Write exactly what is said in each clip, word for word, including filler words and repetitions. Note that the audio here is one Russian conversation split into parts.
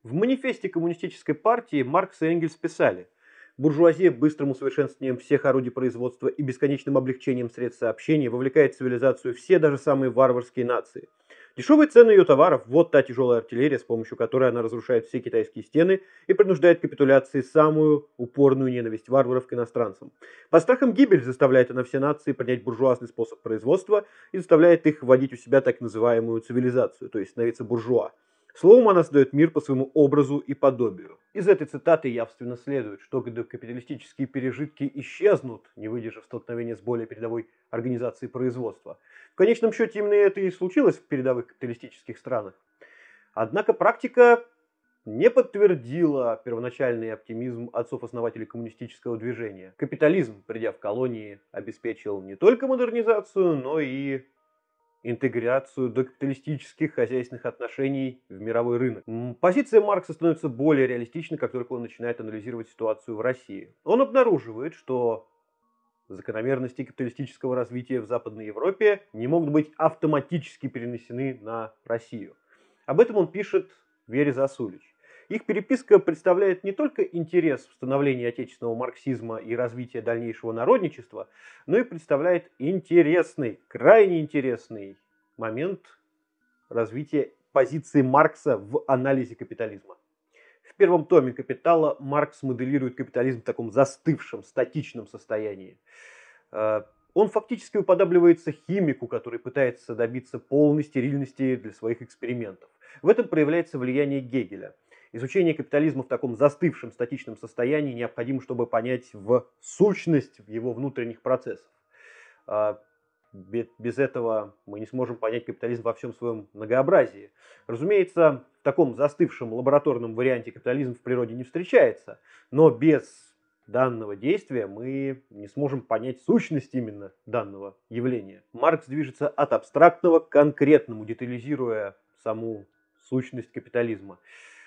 В манифесте коммунистической партии Маркс и Энгельс писали: буржуазия быстрым усовершенствованием всех орудий производства и бесконечным облегчением средств сообщения вовлекает в цивилизацию все, даже самые варварские нации. Дешевые цены ее товаров – вот та тяжелая артиллерия, с помощью которой она разрушает все китайские стены и принуждает к капитуляции самую упорную ненависть варваров к иностранцам. Под страхом гибели заставляет она все нации принять буржуазный способ производства и заставляет их вводить у себя так называемую цивилизацию, то есть становиться буржуа. Словом, она создает мир по своему образу и подобию. Из этой цитаты явственно следует, что когда капиталистические пережитки исчезнут, не выдержав столкновения с более передовой организацией производства. В конечном счете именно это и случилось в передовых капиталистических странах. Однако практика не подтвердила первоначальный оптимизм отцов-основателей коммунистического движения. Капитализм, придя в колонии, обеспечил не только модернизацию, но и интеграцию докапиталистических хозяйственных отношений в мировой рынок. Позиция Маркса становится более реалистичной, как только он начинает анализировать ситуацию в России. Он обнаруживает, что закономерности капиталистического развития в Западной Европе не могут быть автоматически перенесены на Россию. Об этом он пишет Вере Засулич. Их переписка представляет не только интерес в становлении отечественного марксизма и развития дальнейшего народничества, но и представляет интересный, крайне интересный момент развития позиции Маркса в анализе капитализма. В первом томе «Капитала» Маркс моделирует капитализм в таком застывшем, статичном состоянии. Он фактически уподобливается химику, который пытается добиться полной стерильности для своих экспериментов. В этом проявляется влияние Гегеля. Изучение капитализма в таком застывшем, статичном состоянии необходимо, чтобы понять в сущность его внутренних процессов. Без этого мы не сможем понять капитализм во всем своем многообразии. Разумеется, в таком застывшем лабораторном варианте капитализм в природе не встречается, но без данного действия мы не сможем понять сущность именно данного явления. Маркс движется от абстрактного к конкретному, детализируя саму сущность капитализма.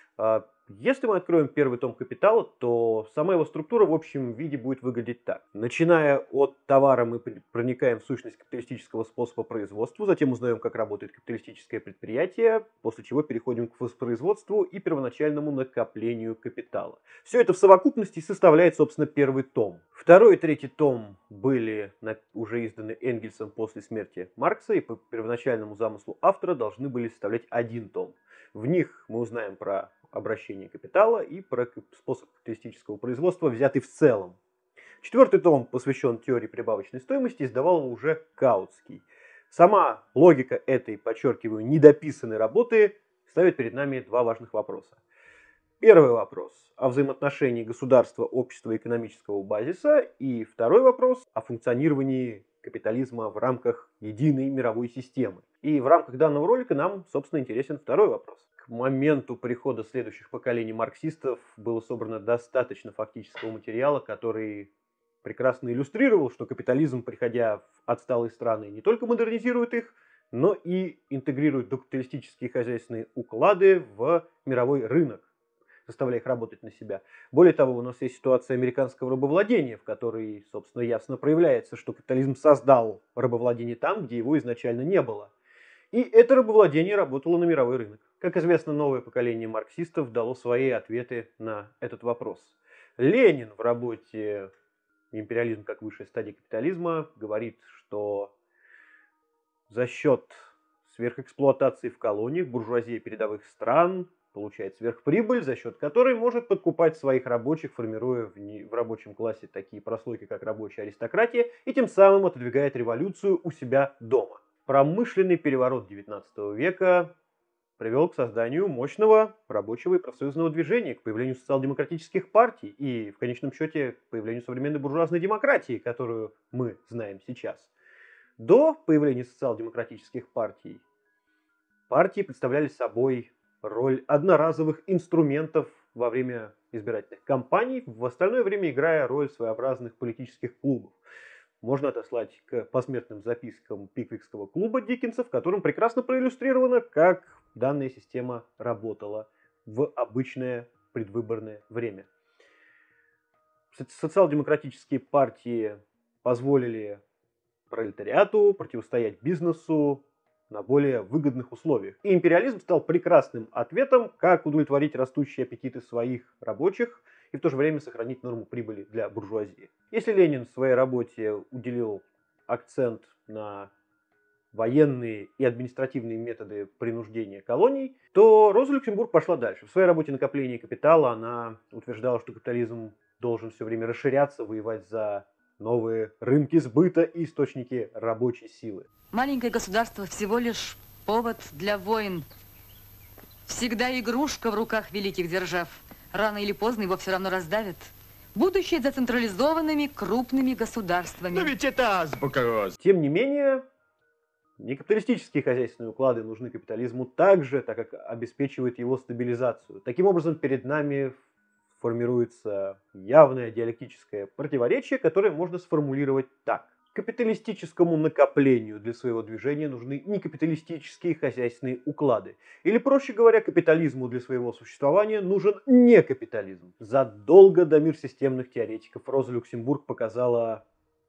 Если мы откроем первый том «Капитала», то сама его структура в общем виде будет выглядеть так. Начиная от товара, мы проникаем в сущность капиталистического способа производства, затем узнаем, как работает капиталистическое предприятие, после чего переходим к воспроизводству и первоначальному накоплению капитала. Все это в совокупности составляет, собственно, первый том. Второй и третий том были уже изданы Энгельсом после смерти Маркса, и по первоначальному замыслу автора должны были составлять один том. В них мы узнаем про обращение капитала и про способ капиталистического производства, взятый в целом. Четвертый том посвящен теории прибавочной стоимости, издавал его уже Каутский. Сама логика этой, подчеркиваю, недописанной работы ставит перед нами два важных вопроса. Первый вопрос о взаимоотношении государства, общества и экономического базиса. И второй вопрос о функционировании капитализма в рамках единой мировой системы. И в рамках данного ролика нам, собственно, интересен второй вопрос. К моменту прихода следующих поколений марксистов было собрано достаточно фактического материала, который прекрасно иллюстрировал, что капитализм, приходя в отсталые страны, не только модернизирует их, но и интегрирует докапиталистические хозяйственные уклады в мировой рынок, заставляя их работать на себя. Более того, у нас есть ситуация американского рабовладения, в которой, собственно, ясно проявляется, что капитализм создал рабовладение там, где его изначально не было. И это рабовладение работало на мировой рынок. Как известно, новое поколение марксистов дало свои ответы на этот вопрос. Ленин в работе «Империализм как высшая стадия капитализма» говорит, что за счет сверхэксплуатации в колониях буржуазия передовых стран получает сверхприбыль, за счет которой может подкупать своих рабочих, формируя в, не, в рабочем классе такие прослойки, как рабочая аристократия, и тем самым отодвигает революцию у себя дома. Промышленный переворот девятнадцатого века привел к созданию мощного рабочего и профсоюзного движения, к появлению социал-демократических партий и, в конечном счете, к появлению современной буржуазной демократии, которую мы знаем сейчас. До появления социал-демократических партий партии представляли собой роль одноразовых инструментов во время избирательных кампаний, в остальное время играя роль своеобразных политических клубов. Можно отослать к посмертным запискам Пиквикского клуба Диккенса, в котором прекрасно проиллюстрировано, как данная система работала в обычное предвыборное время. Социал-демократические партии позволили пролетариату противостоять бизнесу на более выгодных условиях. И империализм стал прекрасным ответом, как удовлетворить растущие аппетиты своих рабочих и в то же время сохранить норму прибыли для буржуазии. Если Ленин в своей работе уделил акцент на военные и административные методы принуждения колоний, то Роза Люксембург пошла дальше. В своей работе «Накопление капитала» она утверждала, что капитализм должен все время расширяться, воевать за новые рынки сбыта и источники рабочей силы. Маленькое государство всего лишь повод для войн. Всегда игрушка в руках великих держав. Рано или поздно его все равно раздавят. Будущее за централизованными крупными государствами. Но ведь это азбука, Роз. Тем не менее, некапиталистические хозяйственные уклады нужны капитализму также, так как обеспечивают его стабилизацию. Таким образом, перед нами формируется явное диалектическое противоречие, которое можно сформулировать так. Капиталистическому накоплению для своего движения нужны некапиталистические хозяйственные уклады. Или, проще говоря, капитализму для своего существования нужен не капитализм. Задолго до мир системных теоретиков Роза Люксембург показала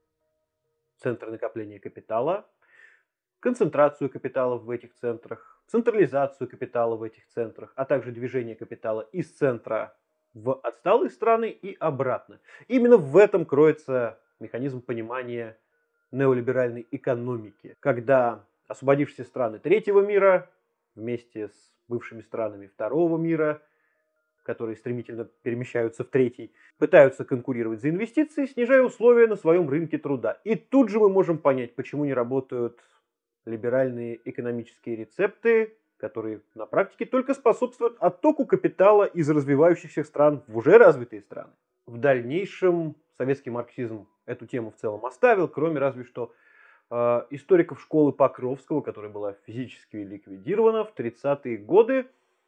центр накопления капитала, концентрацию капитала в этих центрах, централизацию капитала в этих центрах, а также движение капитала из центра в отсталые страны и обратно. Именно в этом кроется механизм понимания неолиберальной экономики, когда освободившиеся страны третьего мира вместе с бывшими странами второго мира, которые стремительно перемещаются в третий, пытаются конкурировать за инвестиции, снижая условия на своем рынке труда. И тут же мы можем понять, почему не работают либеральные экономические рецепты, которые на практике только способствуют оттоку капитала из развивающихся стран в уже развитые страны. В дальнейшем советский марксизм эту тему в целом оставил, кроме разве что э, историков школы Покровского, которая была физически ликвидирована в тридцатые годы.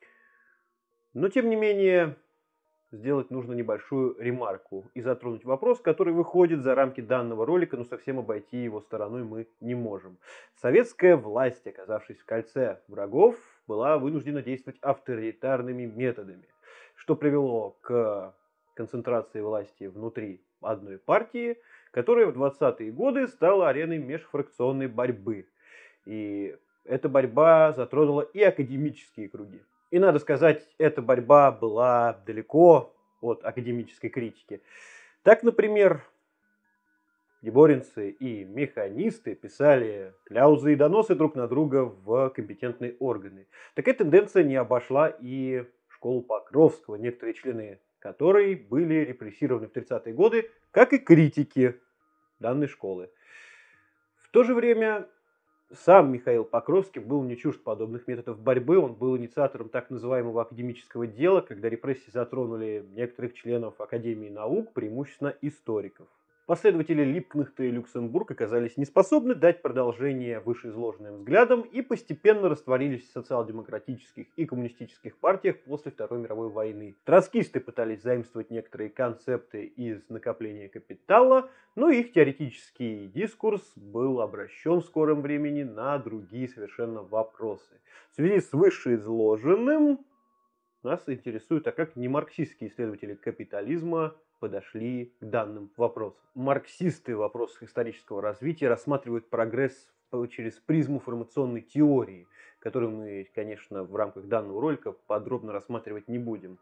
Но тем не менее, сделать нужно небольшую ремарку и затронуть вопрос, который выходит за рамки данного ролика, но совсем обойти его стороной мы не можем. Советская власть, оказавшись в кольце врагов, была вынуждена действовать авторитарными методами, что привело к концентрации власти внутри одной партии, которая в двадцатые годы стала ареной межфракционной борьбы. И эта борьба затронула и академические круги. И надо сказать, эта борьба была далеко от академической критики. Так, например, деборинцы и механисты писали кляузы и доносы друг на друга в компетентные органы. Такая тенденция не обошла и школу Покровского, некоторые члены которой были репрессированы в тридцатые годы, как и критики данной школы. В то же время сам Михаил Покровский был не чужд подобных методов борьбы. Он был инициатором так называемого академического дела, когда репрессии затронули некоторых членов Академии наук, преимущественно историков. Последователи Липкнехта и Люксембург оказались неспособны дать продолжение вышеизложенным взглядам и постепенно растворились в социал-демократических и коммунистических партиях после Второй мировой войны. Троцкисты пытались заимствовать некоторые концепты из накопления капитала, но их теоретический дискурс был обращен в скором времени на другие совершенно вопросы. В связи с вышеизложенным нас интересует, а как немарксистские исследователи капитализма подошли к данным вопросам. Марксисты в вопросах исторического развития рассматривают прогресс через призму формационной теории, которую мы, конечно, в рамках данного ролика подробно рассматривать не будем.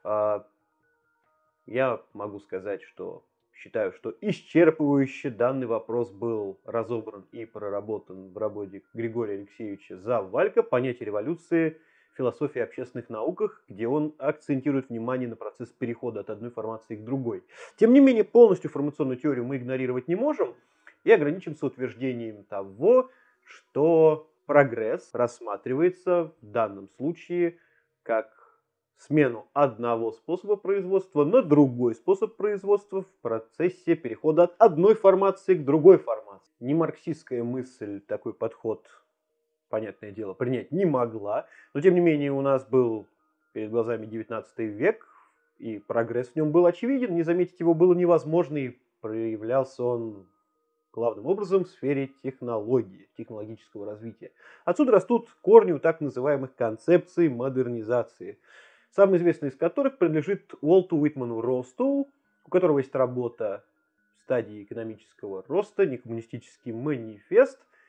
Я могу сказать, что считаю, что исчерпывающе данный вопрос был разобран и проработан в работе Григория Алексеевича Заввалька «Понятие революции. Философии общественных науках», где он акцентирует внимание на процесс перехода от одной формации к другой. Тем не менее, полностью формационную теорию мы игнорировать не можем и ограничимся утверждением того, что прогресс рассматривается в данном случае как смену одного способа производства на другой способ производства в процессе перехода от одной формации к другой формации. Не марксистская мысль такой подход, понятное дело, принять не могла, но тем не менее у нас был перед глазами девятнадцатый век, и прогресс в нем был очевиден, не заметить его было невозможно, и проявлялся он главным образом в сфере технологии, технологического развития. Отсюда растут корни у так называемых концепций модернизации, самый известный из которых принадлежит Уолту Уитману Ростоу, у которого есть работа в стадии экономического роста, некоммунистический манифест.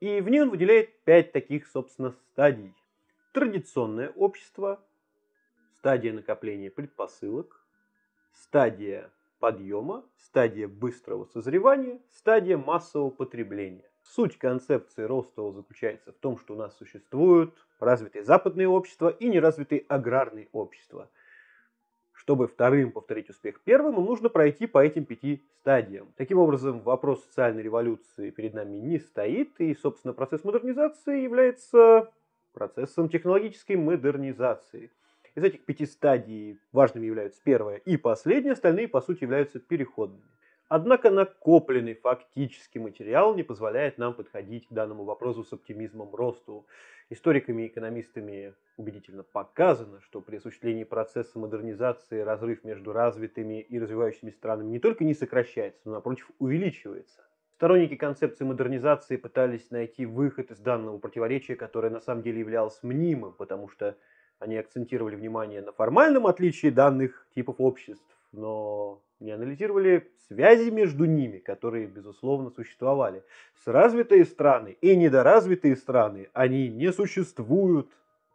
И в ней он выделяет пять таких, собственно, стадий. Традиционное общество, стадия накопления предпосылок, стадия подъема, стадия быстрого созревания, стадия массового потребления. Суть концепции Ростола заключается в том, что у нас существуют развитые западные общества и неразвитые аграрные общества. Чтобы вторым повторить успех первым, им нужно пройти по этим пяти стадиям. Таким образом, вопрос социальной революции перед нами не стоит, и, собственно, процесс модернизации является процессом технологической модернизации. Из этих пяти стадий важными являются первая и последняя, остальные, по сути, являются переходными. Однако накопленный фактический материал не позволяет нам подходить к данному вопросу с оптимизмом росту. Историками и экономистами убедительно показано, что при осуществлении процесса модернизации разрыв между развитыми и развивающими странами не только не сокращается, но, напротив, увеличивается. Сторонники концепции модернизации пытались найти выход из данного противоречия, которое на самом деле являлось мнимым, потому что они акцентировали внимание на формальном отличии данных типов обществ, но не анализировали связи между ними, которые, безусловно, существовали. Развитые страны и недоразвитые страны, они не существуют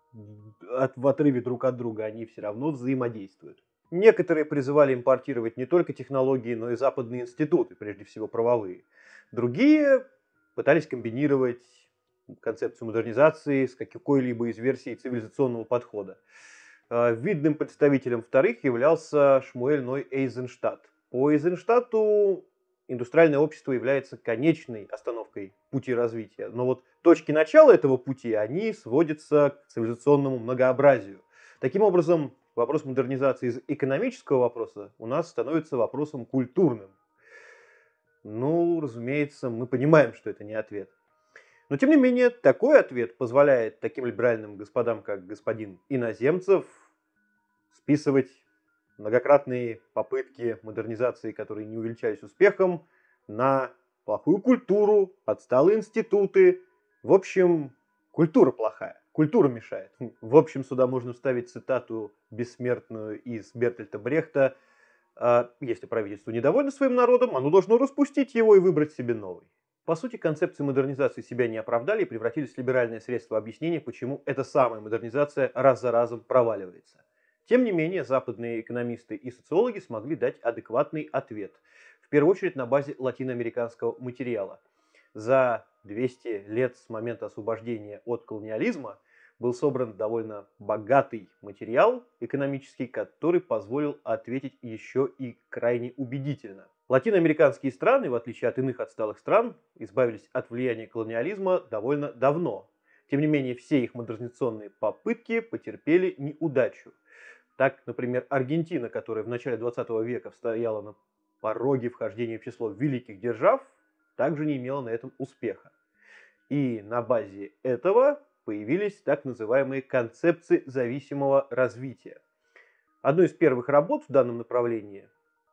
в отрыве друг от друга, они все равно взаимодействуют. Некоторые призывали импортировать не только технологии, но и западные институты, прежде всего правовые. Другие пытались комбинировать концепцию модернизации с какой-либо из версий цивилизационного подхода. Видным представителем вторых являлся Шмуэль Ной Эйзенштадт. По Эйзенштадту индустриальное общество является конечной остановкой пути развития. Но вот точки начала этого пути, они сводятся к цивилизационному многообразию. Таким образом, вопрос модернизации из экономического вопроса у нас становится вопросом культурным. Ну, разумеется, мы понимаем, что это не ответ. Но, тем не менее, такой ответ позволяет таким либеральным господам, как господин Иноземцев, списывать многократные попытки модернизации, которые не увенчались успехом, на плохую культуру, отсталые институты. В общем, культура плохая, культура мешает. В общем, сюда можно вставить цитату бессмертную из Бертольта Брехта: «Если правительство недовольно своим народом, оно должно распустить его и выбрать себе новый». По сути, концепции модернизации себя не оправдали и превратились в либеральное средство объяснения, почему эта самая модернизация раз за разом проваливается. Тем не менее, западные экономисты и социологи смогли дать адекватный ответ, в первую очередь на базе латиноамериканского материала. За двести лет с момента освобождения от колониализма был собран довольно богатый материал экономический, который позволил ответить еще и крайне убедительно. Латиноамериканские страны, в отличие от иных отсталых стран, избавились от влияния колониализма довольно давно. Тем не менее, все их модернизационные попытки потерпели неудачу. Так, например, Аргентина, которая в начале двадцатого века стояла на пороге вхождения в число великих держав, также не имела на этом успеха. И на базе этого появились так называемые концепции зависимого развития. Одну из первых работ в данном направлении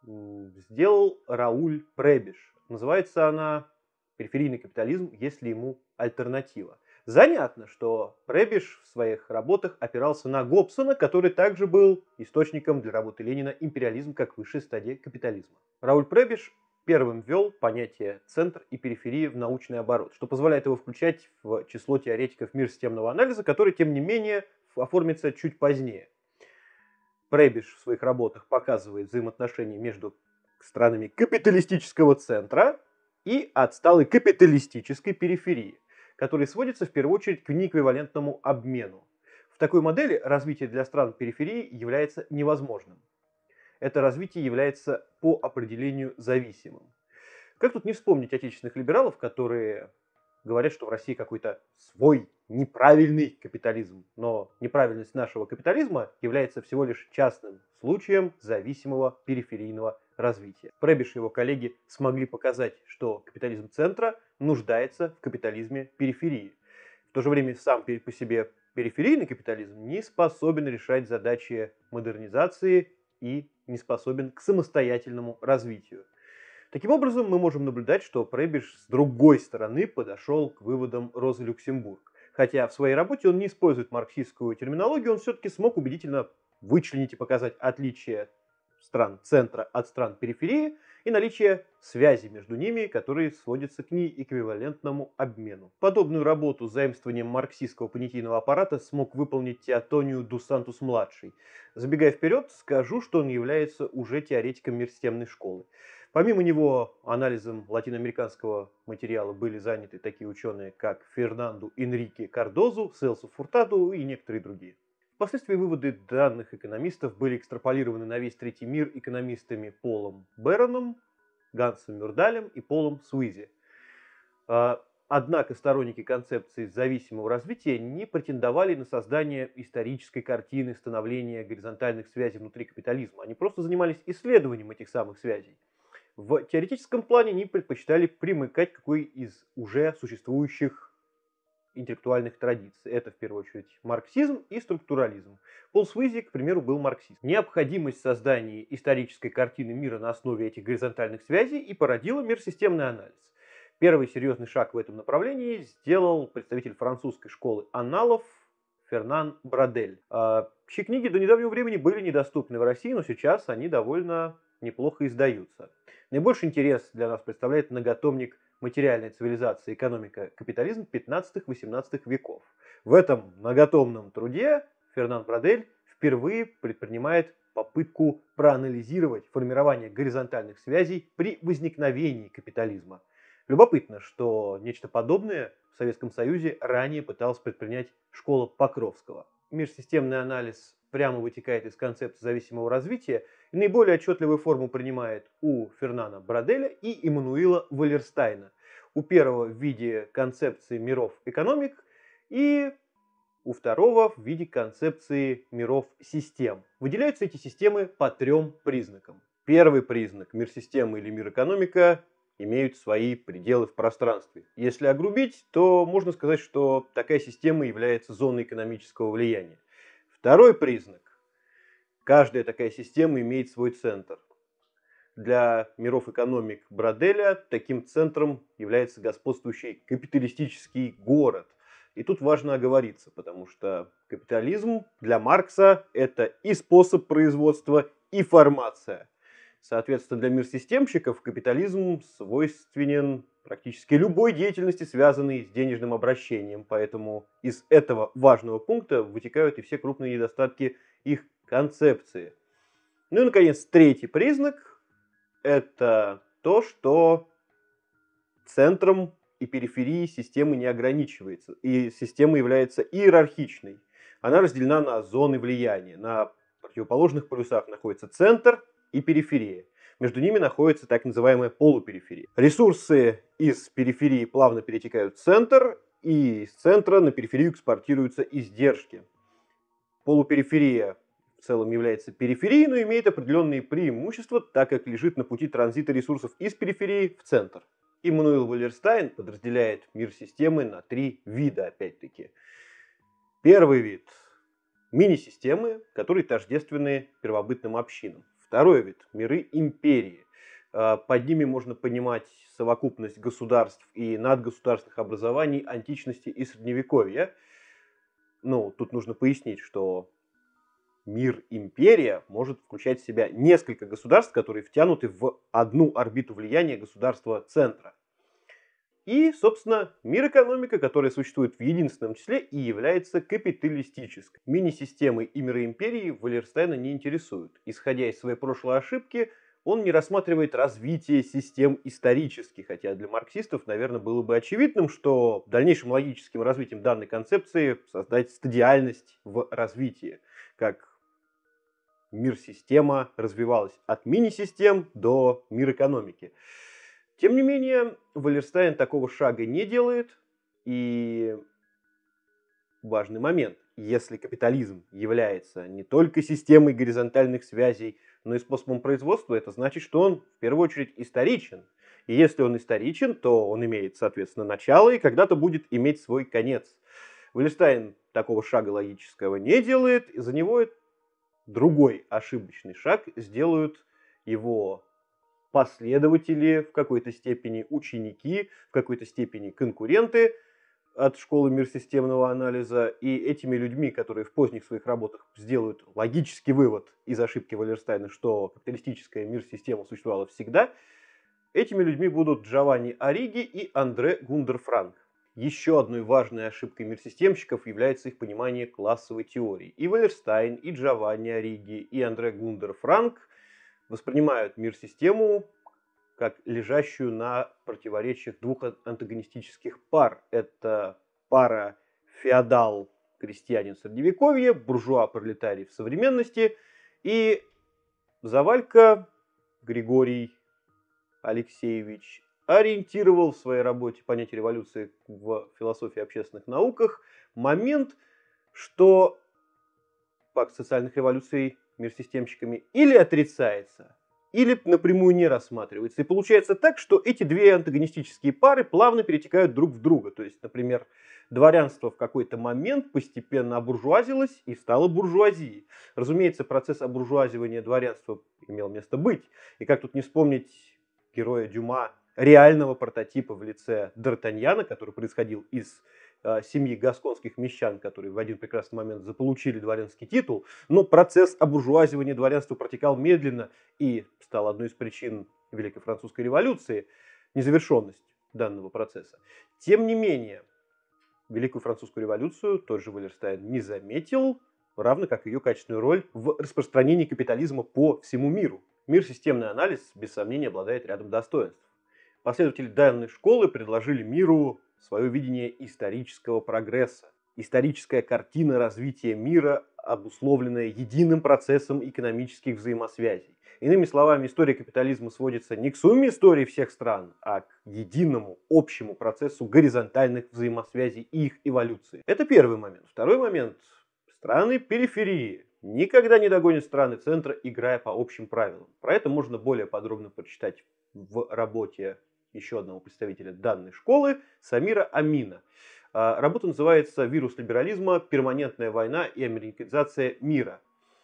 сделал Рауль Пребиш. Называется она «Периферийный капитализм, если ему альтернатива». Занятно, что Пребиш в своих работах опирался на Гоббсона, который также был источником для работы Ленина «Империализм как высшая стадия капитализма». Рауль Пребиш первым ввел понятие «центр» и «периферия» в научный оборот, что позволяет его включать в число теоретиков мира системного анализа, который, тем не менее, оформится чуть позднее. Пребиш в своих работах показывает взаимоотношения между странами капиталистического центра и отсталой капиталистической периферии, которые сводятся в первую очередь к неэквивалентному обмену. В такой модели развитие для стран периферии является невозможным. Это развитие является по определению зависимым. Как тут не вспомнить отечественных либералов, которые говорят, что в России какой-то свой неправильный капитализм. Но неправильность нашего капитализма является всего лишь частным случаем зависимого периферийного развития. Пребиш и его коллеги смогли показать, что капитализм центра нуждается в капитализме периферии. В то же время сам по себе периферийный капитализм не способен решать задачи модернизации и не способен к самостоятельному развитию. Таким образом, мы можем наблюдать, что Пребиш с другой стороны подошел к выводам Розы Люксембург. Хотя в своей работе он не использует марксистскую терминологию, он все-таки смог убедительно вычленить и показать отличия стран центра от стран периферии и наличие связи между ними, которые сводятся к неэквивалентному обмену. Подобную работу с заимствованием марксистского понятийного аппарата смог выполнить Теотонио дус Сантус-младший. Забегая вперед, скажу, что он является уже теоретиком мирсистемной школы. Помимо него анализом латиноамериканского материала были заняты такие ученые, как Фернандо Энрике Кардозу, Селсу Фуртаду и некоторые другие. Впоследствии выводы данных экономистов были экстраполированы на весь третий мир экономистами Полом Бероном, Гансом Мюрдалем и Полом Суизи. Однако сторонники концепции зависимого развития не претендовали на создание исторической картины становления горизонтальных связей внутри капитализма. Они просто занимались исследованием этих самых связей. В теоретическом плане они предпочитали примыкать к какой из уже существующих интеллектуальных традиций. Это, в первую очередь, марксизм и структурализм. Пол Суизи, к примеру, был марксист. Необходимость создания исторической картины мира на основе этих горизонтальных связей и породила мирсистемный анализ. Первый серьезный шаг в этом направлении сделал представитель французской школы аналов Фернан Брадель. Чьи книги до недавнего времени были недоступны в России, но сейчас они довольно неплохо издаются. Наибольший интерес для нас представляет многотомник «Материальная цивилизация, экономика, капитализм пятнадцатого-восемнадцатого веков». В этом многотомном труде Фернан Брадель впервые предпринимает попытку проанализировать формирование горизонтальных связей при возникновении капитализма. Любопытно, что нечто подобное в Советском Союзе ранее пыталась предпринять школа Покровского. Межсистемный анализ прямо вытекает из концепции зависимого развития и наиболее отчетливую форму принимает у Фернана Браделя и Иммануила Валерстайна. У первого в виде концепции миров экономик и у второго в виде концепции миров систем. Выделяются эти системы по трем признакам. Первый признак – мир системы или мир экономика имеют свои пределы в пространстве. Если огрубить, то можно сказать, что такая система является зоной экономического влияния. Второй признак. Каждая такая система имеет свой центр. Для миров экономик Браделя таким центром является господствующий капиталистический город. И тут важно оговориться, потому что капитализм для Маркса это и способ производства, и формация. Соответственно, для мирсистемщиков капитализм свойственен практически любой деятельности, связанной с денежным обращением. Поэтому из этого важного пункта вытекают и все крупные недостатки их концепции. Ну и, наконец, третий признак – это то, что центром и периферией системы не ограничивается. И система является иерархичной. Она разделена на зоны влияния. На противоположных полюсах находится центр и периферия. Между ними находится так называемая полупериферия. Ресурсы из периферии плавно перетекают в центр, и из центра на периферию экспортируются издержки. Полупериферия в целом является периферией, но имеет определенные преимущества, так как лежит на пути транзита ресурсов из периферии в центр. Иммануил Валерстайн подразделяет мир системы на три вида, опять-таки. Первый вид – мини-системы, которые тождественны первобытным общинам. Второй вид – миры империи. Под ними можно понимать совокупность государств и надгосударственных образований античности и средневековья. Ну, тут нужно пояснить, что мир-империя может включать в себя несколько государств, которые втянуты в одну орбиту влияния государства-центра. И, собственно, мир-экономика, которая существует в единственном числе и является капиталистической. Мини-системы и миры империи Валерстайна не интересуют. Исходя из своей прошлой ошибки, он не рассматривает развитие систем исторически, хотя для марксистов, наверное, было бы очевидным, что дальнейшим логическим развитием данной концепции создать стадиальность в развитии, как мир-система развивалась от мини-систем до мир-экономики. Тем не менее, Валерстайн такого шага не делает, и важный момент. Если капитализм является не только системой горизонтальных связей, но и способом производства, это значит, что он в первую очередь историчен. И если он историчен, то он имеет, соответственно, начало и когда-то будет иметь свой конец. Валерстайн такого шага логического не делает, и за него другой ошибочный шаг сделают его последователи, в какой-то степени ученики, в какой-то степени конкуренты, от школы мирсистемного анализа, и этими людьми, которые в поздних своих работах сделают логический вывод из ошибки Валерстайна, что капиталистическая мир-система существовала всегда, этими людьми будут Джованни Ориги и Андре Гундер Франк. Еще одной важной ошибкой мир-системщиков является их понимание классовой теории. И Валерстайн, и Джованни Ориги, и Андре Гундер Франк воспринимают мир-систему как лежащую на противоречиях двух антагонистических пар. Это пара феодал-крестьянин в Средневековье, буржуа-пролетарий в современности и Завалька Григорий Алексеевич ориентировал в своей работе понятие революции в философии общественных науках момент, что факт социальных революций мирсистемщиками или отрицается, или напрямую не рассматривается. И получается так, что эти две антагонистические пары плавно перетекают друг в друга. То есть, например, дворянство в какой-то момент постепенно обуржуазилось и стало буржуазией. Разумеется, процесс обуржуазивания дворянства имел место быть. И как тут не вспомнить героя Дюма, реального прототипа в лице Д'Артаньяна, который происходил из э, семьи гасконских мещан, которые в один прекрасный момент заполучили дворянский титул. Но процесс обуржуазивания дворянства протекал медленно и стал одной из причин Великой Французской революции, незавершенность данного процесса. Тем не менее, Великую Французскую революцию тот же Валерстайн не заметил, равно как ее качественную роль в распространении капитализма по всему миру. Мир-системный анализ, без сомнения, обладает рядом достоинств. Последователи данной школы предложили миру свое видение исторического прогресса. Историческая картина развития мира, обусловленная единым процессом экономических взаимосвязей. Иными словами, история капитализма сводится не к сумме истории всех стран, а к единому общему процессу горизонтальных взаимосвязей и их эволюции. Это первый момент. Второй момент. Страны периферии никогда не догонят страны центра, играя по общим правилам. Про это можно более подробно прочитать в работе еще одного представителя данной школы, Самира Амина. Работа называется «Вирус либерализма. Перманентная война и американизация мира».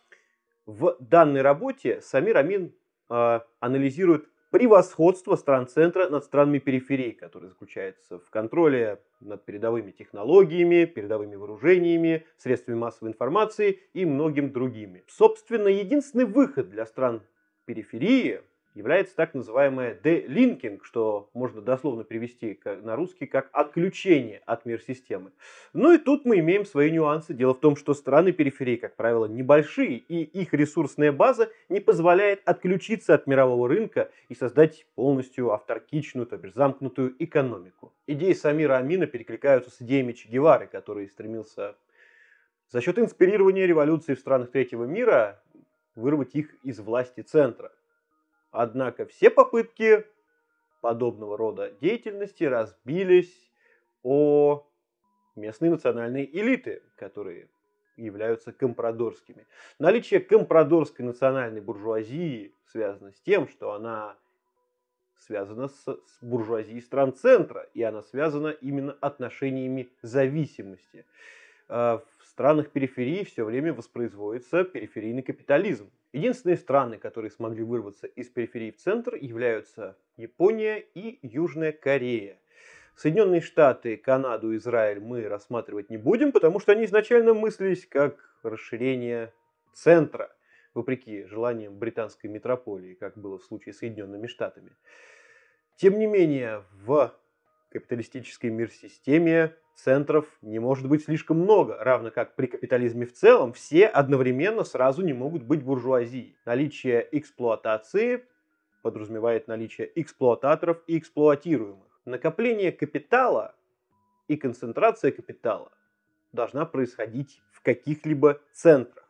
В данной работе Самир Амин анализирует превосходство стран центра над странами периферии, которое заключается в контроле над передовыми технологиями, передовыми вооружениями, средствами массовой информации и многим другими. Собственно, единственный выход для стран периферии является так называемое делинкинг, что можно дословно перевести на русский как отключение от мир-системы. Ну и тут мы имеем свои нюансы. Дело в том, что страны периферии, как правило, небольшие, и их ресурсная база не позволяет отключиться от мирового рынка и создать полностью авторкичную, то бишь замкнутую экономику. Идеи Самира Амина перекликаются с идеями Че Гевары, который стремился за счет инспирирования революции в странах третьего мира вырвать их из власти центра. Однако все попытки подобного рода деятельности разбились о местные национальные элиты, которые являются компрадорскими. Наличие компрадорской национальной буржуазии связано с тем, что она связана с, с буржуазией стран центра, и она связана именно отношениями зависимости. В странах периферии все время воспроизводится периферийный капитализм. Единственные страны, которые смогли вырваться из периферии в центр, являются Япония и Южная Корея. Соединенные Штаты, Канаду, Израиль мы рассматривать не будем, потому что они изначально мыслились как расширение центра, вопреки желаниям британской метрополии, как было в случае с Соединенными Штатами. Тем не менее, в капиталистической мир-системе центров не может быть слишком много, равно как при капитализме в целом все одновременно сразу не могут быть буржуазией. Наличие эксплуатации подразумевает наличие эксплуататоров и эксплуатируемых. Накопление капитала и концентрация капитала должна происходить в каких-либо центрах.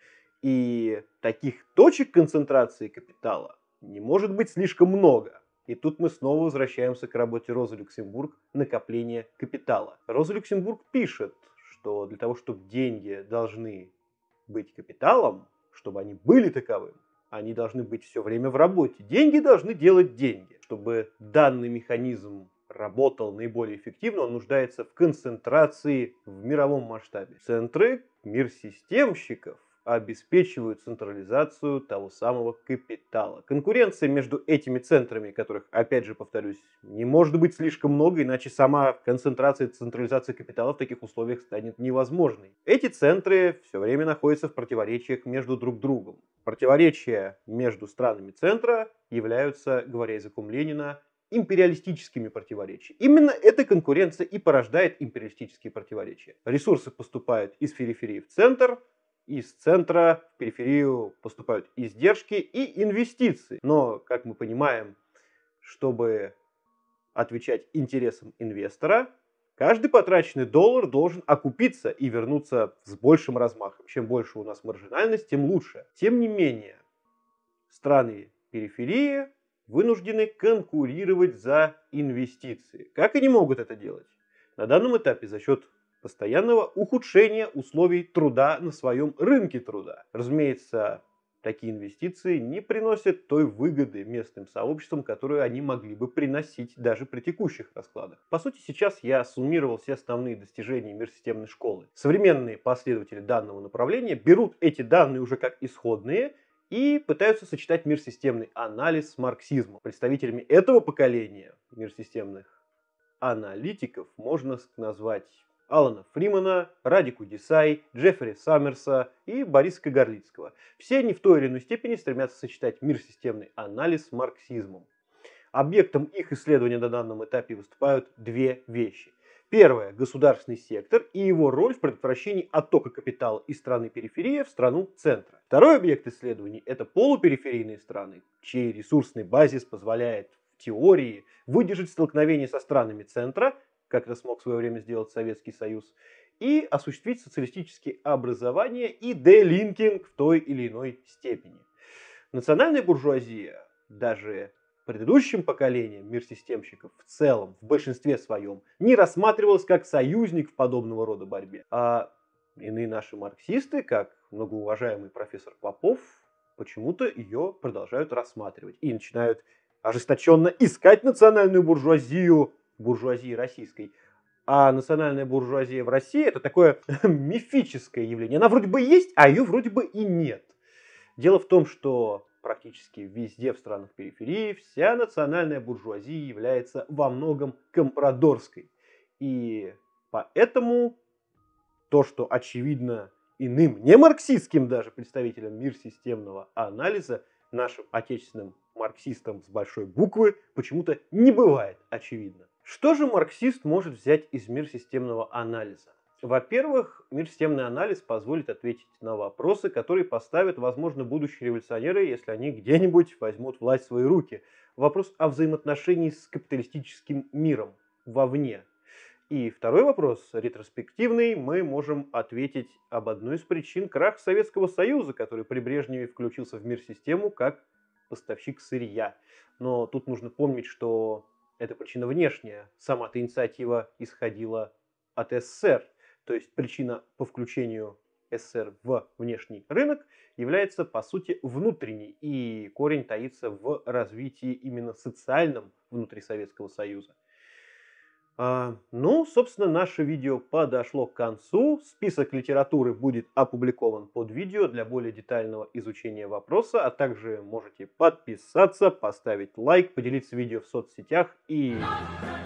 И таких точек концентрации капитала не может быть слишком много. И тут мы снова возвращаемся к работе Розы Люксембург «Накопление капитала». Роза Люксембург пишет, что для того, чтобы деньги должны быть капиталом, чтобы они были таковым, они должны быть все время в работе. Деньги должны делать деньги. Чтобы данный механизм работал наиболее эффективно, он нуждается в концентрации в мировом масштабе. Центры мир-системщиков обеспечивают централизацию того самого капитала. Конкуренция между этими центрами, которых, опять же, повторюсь, не может быть слишком много, иначе сама концентрация и централизация капитала в таких условиях станет невозможной. Эти центры все время находятся в противоречиях между друг другом. Противоречия между странами центра являются, говоря языком Ленина, империалистическими противоречиями. Именно эта конкуренция и порождает империалистические противоречия. Ресурсы поступают из периферии в центр, из центра в периферию поступают издержки и инвестиции. Но, как мы понимаем, чтобы отвечать интересам инвестора, каждый потраченный доллар должен окупиться и вернуться с большим размахом. Чем больше у нас маржинальность, тем лучше. Тем не менее, страны периферии вынуждены конкурировать за инвестиции. Как они могут это делать? На данном этапе за счет постоянного ухудшения условий труда на своем рынке труда. Разумеется, такие инвестиции не приносят той выгоды местным сообществам, которую они могли бы приносить даже при текущих раскладах. По сути, сейчас я суммировал все основные достижения мирсистемной школы. Современные последователи данного направления берут эти данные уже как исходные и пытаются сочетать мирсистемный анализ с марксизмом. Представителями этого поколения мирсистемных аналитиков можно назвать Алана Фримана, Радику Десай, Джеффри Саммерса и Бориса Кагарлицкого. Все они в той или иной степени стремятся сочетать мирсистемный анализ с марксизмом. Объектом их исследования на данном этапе выступают две вещи. Первое – государственный сектор и его роль в предотвращении оттока капитала из страны периферии в страну центра. Второй объект исследований – это полупериферийные страны, чей ресурсный базис позволяет в теории выдержать столкновение со странами центра, как это смог в свое время сделать Советский Союз, и осуществить социалистические образования и делинкинг в той или иной степени. Национальная буржуазия, даже предыдущим поколением мирсистемщиков в целом, в большинстве своем, не рассматривалась как союзник в подобного рода борьбе. А иные наши марксисты, как многоуважаемый профессор Попов, почему-то ее продолжают рассматривать и начинают ожесточенно искать национальную буржуазию буржуазии российской. А национальная буржуазия в России — это такое мифическое явление. Она вроде бы есть, а ее вроде бы и нет. Дело в том, что практически везде в странах периферии вся национальная буржуазия является во многом компрадорской. И поэтому то, что очевидно иным, не марксистским даже представителям мирсистемного анализа, нашим отечественным марксистам с большой буквы, почему-то не бывает очевидно. Что же марксист может взять из мирсистемного анализа? Во-первых, мирсистемный анализ позволит ответить на вопросы, которые поставят, возможно, будущие революционеры, если они где-нибудь возьмут власть в свои руки. Вопрос о взаимоотношении с капиталистическим миром вовне. И второй вопрос, ретроспективный, мы можем ответить об одной из причин краха Советского Союза, который при Брежневе включился в мирсистему как поставщик сырья. Но тут нужно помнить, что эта причина внешняя. Сама-то инициатива исходила от СССР. То есть причина по включению СССР в внешний рынок является, по сути, внутренней. И корень таится в развитии именно социальном внутри Советского Союза. А, ну, собственно, наше видео подошло к концу. Список литературы будет опубликован под видео для более детального изучения вопроса, а также можете подписаться, поставить лайк, поделиться видео в соцсетях и